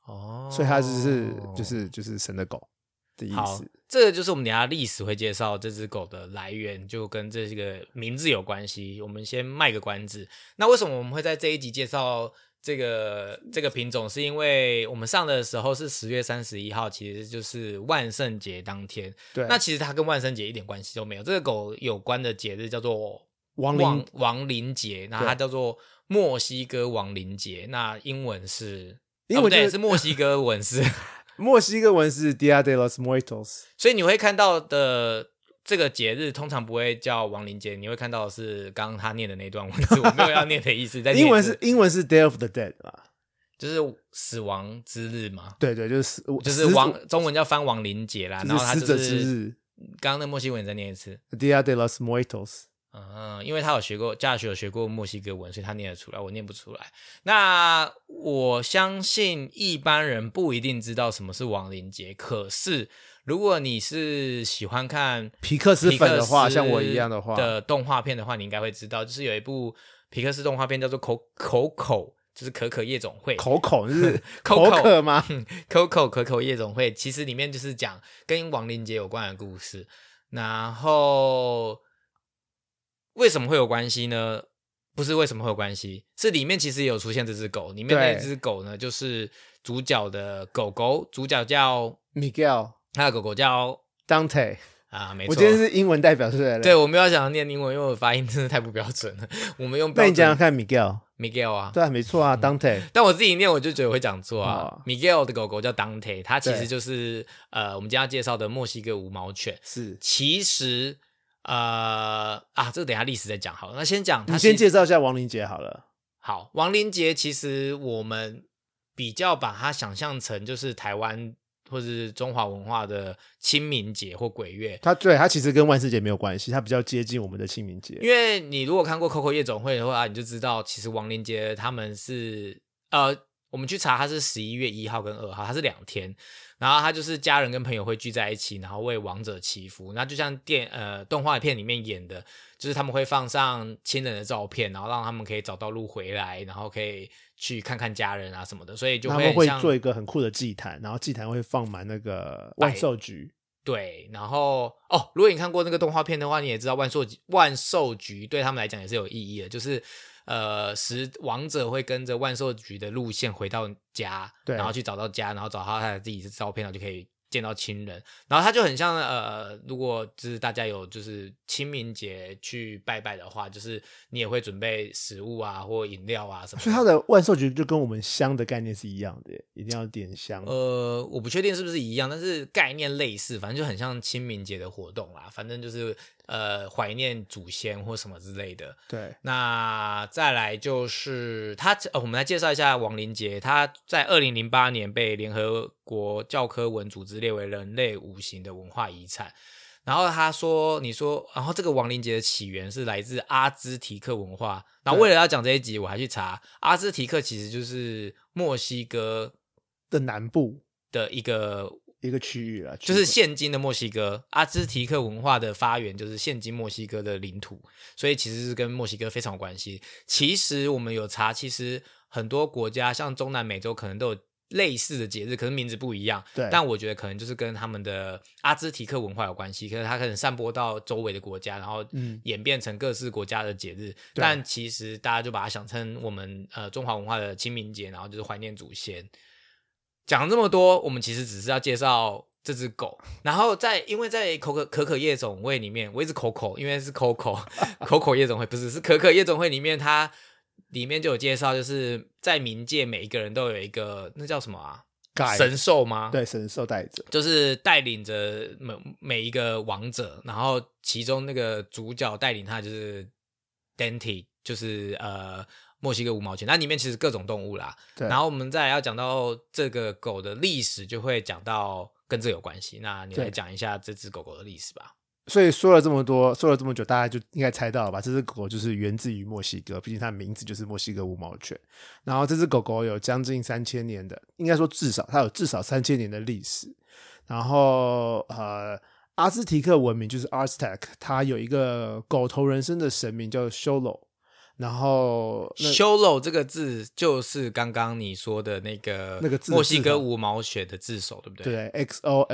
哦， 所以它就是神的狗的意好思。， 这个就是我们等一下历史会介绍这只狗的来源，就跟这个名字有关系。我们先卖个关子。那为什么我们会在这一集介绍这个品种？是因为我们上的时候是10月31号，其实就是万圣节当天。 对， 那其实它跟万圣节一点关系都没有。这个狗有关的节日叫做亡灵节，那它叫做墨西哥亡灵节。那英文是对，是墨西哥文是墨西哥文是 Dia de los Muertos， 所以你会看到的这个节日通常不会叫亡灵节，你会看到的是刚刚他念的那段文字，我没有要念的意思。 英文是 Day of the Dead 吧， 就是死亡之日嘛。 对对，就是中文叫翻亡灵节啦，然后它死者之日。 刚刚的墨西哥文再念一次 Dia de los Muertos。 因为他家学有学过墨西哥文，所以他念得出来，我念不出来。那我相信一般人不一定知道什么是亡灵节，可是如果你是喜欢看皮克斯粉的话，像我一样的话的动画片的话，你应该会知道，就是有一部皮克斯动画片叫做口，就是可可夜总会。 口是口渴吗可可夜总会，其实里面就是讲跟亡灵节有关的故事。然后为什么会有关系呢？不是为什么会有关系，是里面其实也有出现这只狗，里面那只狗呢就是主角的狗狗，主角叫 Miguel， 他的狗狗叫 Dante 啊，没错， 我今天是英文代表对，我没有想要念英文，因为我发音真的太不标准了。我们用标准， 那你讲讲看 Miguel 啊， 对啊，没错啊，Dante。 但我自己念我就觉得我会讲错啊。Miguel 的狗狗叫 Dante， 它其实就是我们今天要介绍的墨西哥无毛犬。 是， 其实这个等一下历史再讲好了。那先讲， 你先介绍一下亡灵节好了。 好，亡灵节其实我们比较把它想象成就是台湾或是中华文化的清明节或鬼月。 它其实跟万圣节没有关系，它比较接近我们的清明节。 因为你如果看过 Coco 夜总会的话，你就知道其实亡灵节他们是我们去查它是11月1号跟2号，它是2天。然后他就是家人跟朋友会聚在一起，然后为亡者祈福。那就像动画片里面演的，就是他们会放上亲人的照片，然后让他们可以找到路回来，然后可以去看看家人啊什么的。所以就会他们会做一个很酷的祭坛，然后祭坛会放满那个万寿菊。 对，然后如果你看过那个动画片的话，你也知道万寿菊对他们来讲也是有意义的，就是亡者会跟着万寿菊的路线回到家，然后去找到家，然后找到他的自己的照片，然后就可以见到亲人。然后他就很像如果就是大家有就是清明节去拜拜的话，就是你也会准备食物啊或饮料啊什么的。 所以他的万寿菊就跟我们香的概念是一样的，一定要点香。 我不确定是不是一样，但是概念类似，反正就很像清明节的活动啦。反正就是怀念祖先或什么之类的。 对， 那再来就是我们来介绍一下亡灵节。它在2008年被联合国教科文组织列为人类无形的文化遗产。然后然后这个亡灵节的起源是来自阿兹提克文化。然后为了要讲这一集，我还去查，阿兹提克其实就是墨西哥的南部的一个区域啦， 就是现今的墨西哥。阿兹提克文化的发源就是现今墨西哥的领土，所以其实是跟墨西哥非常有关系。其实我们有查，其实很多国家像中南美洲可能都有类似的节日，可是名字不一样。 对， 但我觉得可能就是跟他们的阿兹提克文化有关系，可是它可能散播到周围的国家，然后演变成各式国家的节日。但其实大家就把它想成我们中华文化的清明节，然后就是怀念祖先。讲了这么多，我们其实只是要介绍这只狗。然后因为在可可夜总会里面，我一直口，因为是口夜总会，不是可可夜总会里面，它里面就有介绍，就是在冥界每一个人都有一个那叫什么啊？神兽吗？ 对，神兽带着， 就是带领着每一个王者，然后其中那个主角带领他就是 Dante， 就是墨西哥无毛犬，那里面其实各种动物啦。然后我们再来要讲到这个狗的历史，就会讲到跟这有关系。那你来讲一下这只狗狗的历史吧。 所以说了这么久，大家就应该猜到了吧？这只狗狗就是源自于墨西哥，毕竟它的名字就是墨西哥无毛犬。然后这只狗狗有将近3000年的，应该说它有至少3000年的历史。然后阿兹提克文明就是 Aztec， 它有一个狗头人身的神明叫 Xolo。 然后 Xolo 这个字就是刚刚你说的那个墨西哥无毛犬的字首，对不对？ 对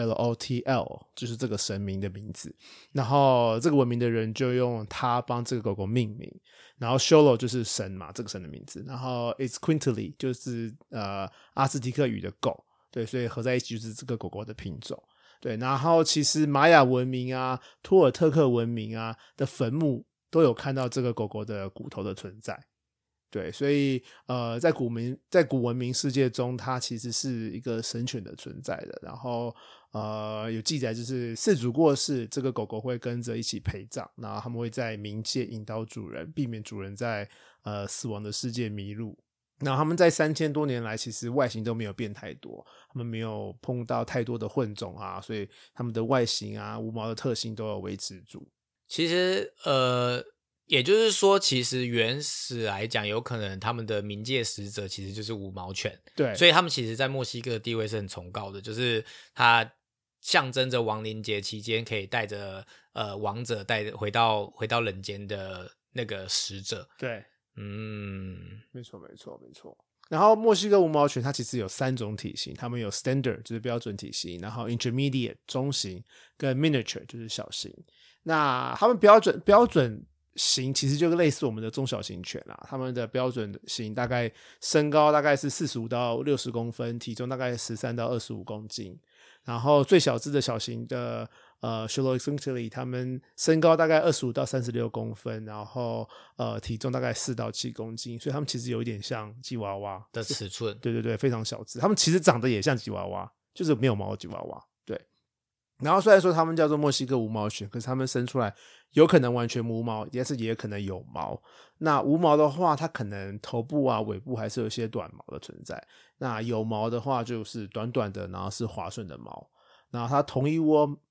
，XOLOTL 就是这个神明的名字。然后这个文明的人就用它帮这个狗狗命名。然后 Xolo 就是神嘛，这个神的名字。然后 Esquintly 就是阿兹提克语的狗，对，所以合在一起就是这个狗狗的品种。对，然后其实玛雅文明啊、托尔特克文明啊的坟墓都有看到这个狗狗的骨头的存在。对，所以在古文明世界中，它其实是一个神犬的存在的。然后有记载，就是饲主过世，这个狗狗会跟着一起陪葬，然后他们会在冥界引导主人，避免主人在死亡的世界迷路。然后他们在3000多年来，其实外形都没有变太多，他们没有碰到太多的混种啊，所以他们的外形啊、无毛的特性都有维持住。 其实也就是说，其实原始来讲，有可能他们的冥界使者其实就是无毛犬， 对， 所以他们其实在墨西哥的地位是很崇高的，就是它象征着亡灵节期间可以带着亡者回到人间的那个使者。 对， 没错。然后墨西哥无毛犬它其实有3种体型，它们有 standard 就是标准体型，然后 intermediate 中型，跟 miniature 就是小型。那它们标准型其实就类似我们的中小型犬啦，他们的标准型大概身高大概是45到60公分，体重大概13到25公斤。然后最小只的小型的Xolo Esquintly 他们身高大概25到36公分，然后体重大概4到7公斤，所以他们其实有一点像吉娃娃的尺寸。 对，非常小只。他们其实长得也像吉娃娃，就是没有毛的吉娃娃。对。然后虽然说他们叫做墨西哥无毛犬，可是他们生出来有可能完全无毛，但是也可能有毛。那无毛的话，它可能头部啊、尾部还是有一些短毛的存在。那有毛的话，就是短短的，然后是滑顺的毛。然后它同一个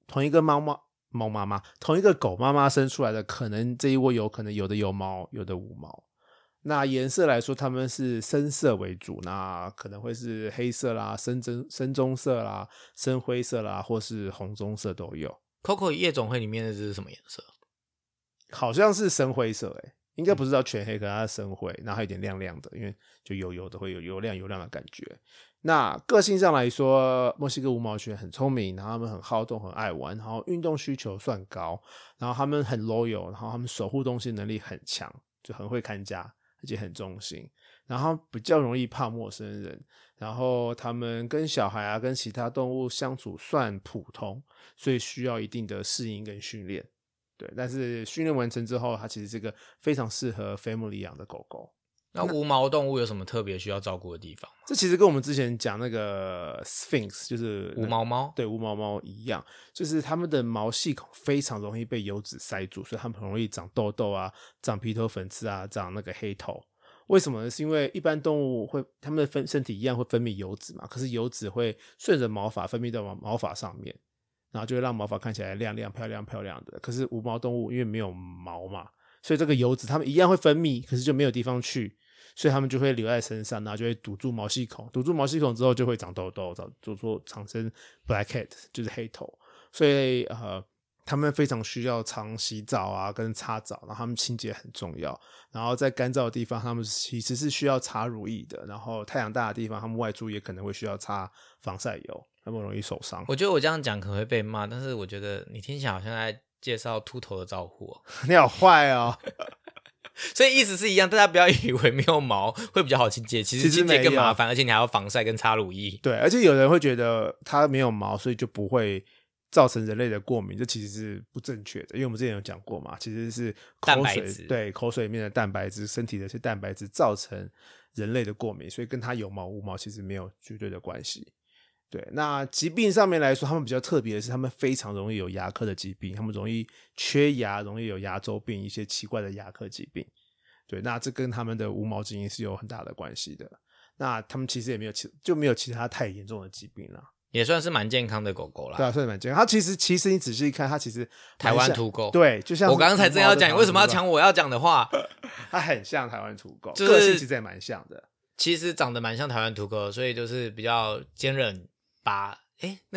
狗妈妈生出来的，可能这一窝有可能有的有毛，有的无毛。那颜色来说，他们是深色为主，那可能会是黑色啦、深棕色啦、深灰色啦，或是红棕色都有。 Coco 夜总会里面的这是什么颜色？ 好像是深灰色应该不是到全黑，可能它是深灰，然后还有点亮亮的，因为就油的会有油亮的感觉。那个性上来说，墨西哥无毛犬很聪明，然后他们很好动、很爱玩，然后运动需求算高，然后他们很 loyal， 然后他们守护东西能力很强，就很会看家，而且很忠心，然后比较容易怕陌生人，然后他们跟小孩啊、跟其他动物相处算普通，所以需要一定的适应跟训练。对，但是训练完成之后，它其实是一个非常适合 family 养的狗狗。 那无毛动物有什么特别需要照顾的地方吗？ 这其实跟我们之前讲那个 Sphinx 就是无毛猫， 对，无毛猫一样，就是它们的毛细孔非常容易被油脂塞住，所以它们很容易长痘痘啊、长皮头粉刺啊、长那个黑头。为什么呢？是因为一般动物它们的身体一样会分泌油脂嘛，可是油脂会顺着毛发分泌到毛发上面，然后就会让毛发看起来亮亮、漂亮的。可是无毛动物因为没有毛嘛，所以这个油脂它们一样会分泌，可是就没有地方去。所以他们就会留在身上，然后就会堵住毛细孔，堵住毛细孔之后就会长痘痘，就说产生 blackhead 就是黑头。所以他们非常需要常洗澡啊跟擦澡，然后他们清洁很重要。然后在干燥的地方他们其实是需要擦乳液的，然后太阳大的地方他们外出也可能会需要擦防晒油，他们容易受伤。 我觉得我这样讲可能会被骂，但是我觉得你听起来好像在介绍秃头的照护你好坏哦。 所以意思是一样，大家不要以为没有毛会比较好清洁，其实清洁更麻烦，而且你还要防晒跟擦乳液。 对，而且有人会觉得它没有毛，所以就不会造成人类的过敏，这其实是不正确的，因为我们之前有讲过嘛，其实是蛋白质， 对，口水里面的蛋白质，身体的一些蛋白质造成人类的过敏，所以跟它有毛无毛其实没有绝对的关系。对，那疾病上面来说，他们比较特别的是，他们非常容易有牙科的疾病，他们容易缺牙，容易有牙周病，一些奇怪的牙科疾病。对，那这跟他们的无毛基因是有很大的关系的。那他们其实也没有其他太严重的疾病啦， 也算是蛮健康的狗狗啦。 对啊，算是蛮健康。它其实你仔细看，它其实台湾土狗， 对，就像我刚刚才正要讲，你为什么要抢我要讲的话？ 它很像台湾土狗， 就是个性其实也蛮像的。 其实长得蛮像台湾土狗，所以就是比较坚韧，那个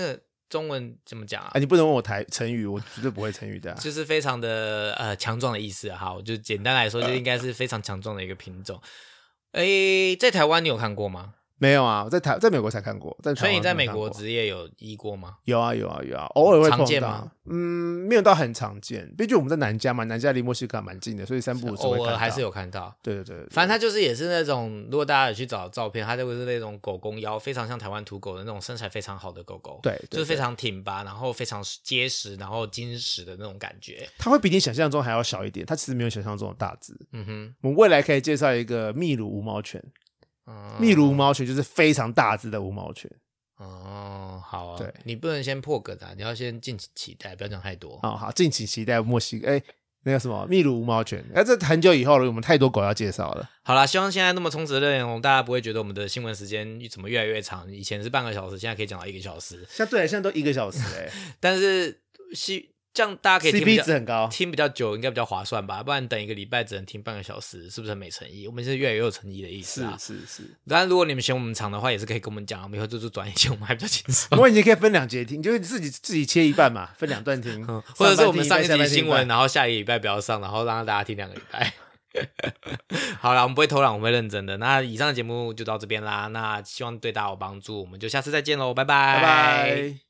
中文怎么讲啊？ 你不能问我成语，我绝对不会成语的、 就是非常的强壮的意思。好，就简单来说，就应该是非常强壮的一个品种。在台湾你有看过吗？ 没有啊，我在美国才看过，在台湾所以你在美没看过国职业有医过吗？ 有啊，偶尔会碰到。 常见吗？ 没有到很常见，毕竟我们在南加嘛，南加离墨西哥蛮近的，所以3不5时会看到。 偶尔还是有看到。 对， 反正它就是也是那种，如果大家有去找照片，它就是那种狗公腰，非常像台湾土狗的那种身材非常好的狗狗。 对， 就是非常挺拔，然后非常结实，然后精实的那种感觉。 它会比你想象中还要小一点，它其实没有想象中的大只。 嗯哼， 我们未来可以介绍一个秘鲁无毛犬。秘鲁无毛犬就是非常大只的无毛犬。 哦，好啊， 对， 你不能先破梗啊，你要先敬请期待，不要讲太多。 好，敬请期待墨西哥。那个什么秘鲁无毛犬，这很久以后了，我们太多狗要介绍了。 好啦，希望现在那么充实的内容，大家不会觉得我们的新闻时间怎么越来越长，以前是半个小时，现在可以讲到1个小时。 现在都1个小时但是这样大家可以听 CP 值很高， 听比较久应该比较划算吧？不然等1个礼拜只能听半个小时，是不是很没诚意？我们是越来越有诚意的意思啊。 是。 当然，如果你们嫌我们长的话，也是可以跟我们讲，我们以后就是转一集，我们还比较轻松。 我已经可以分2节听，就是自己切一半嘛，分2段听， 或者是我们上一集新闻， 上半听然后下一个礼拜不要上，然后让大家听2个礼拜。好啦，我们不会偷懒，我们会认真的。那以上的节目就到这边啦，那希望对大家有帮助，我们就下次再见喽，拜拜。 拜拜。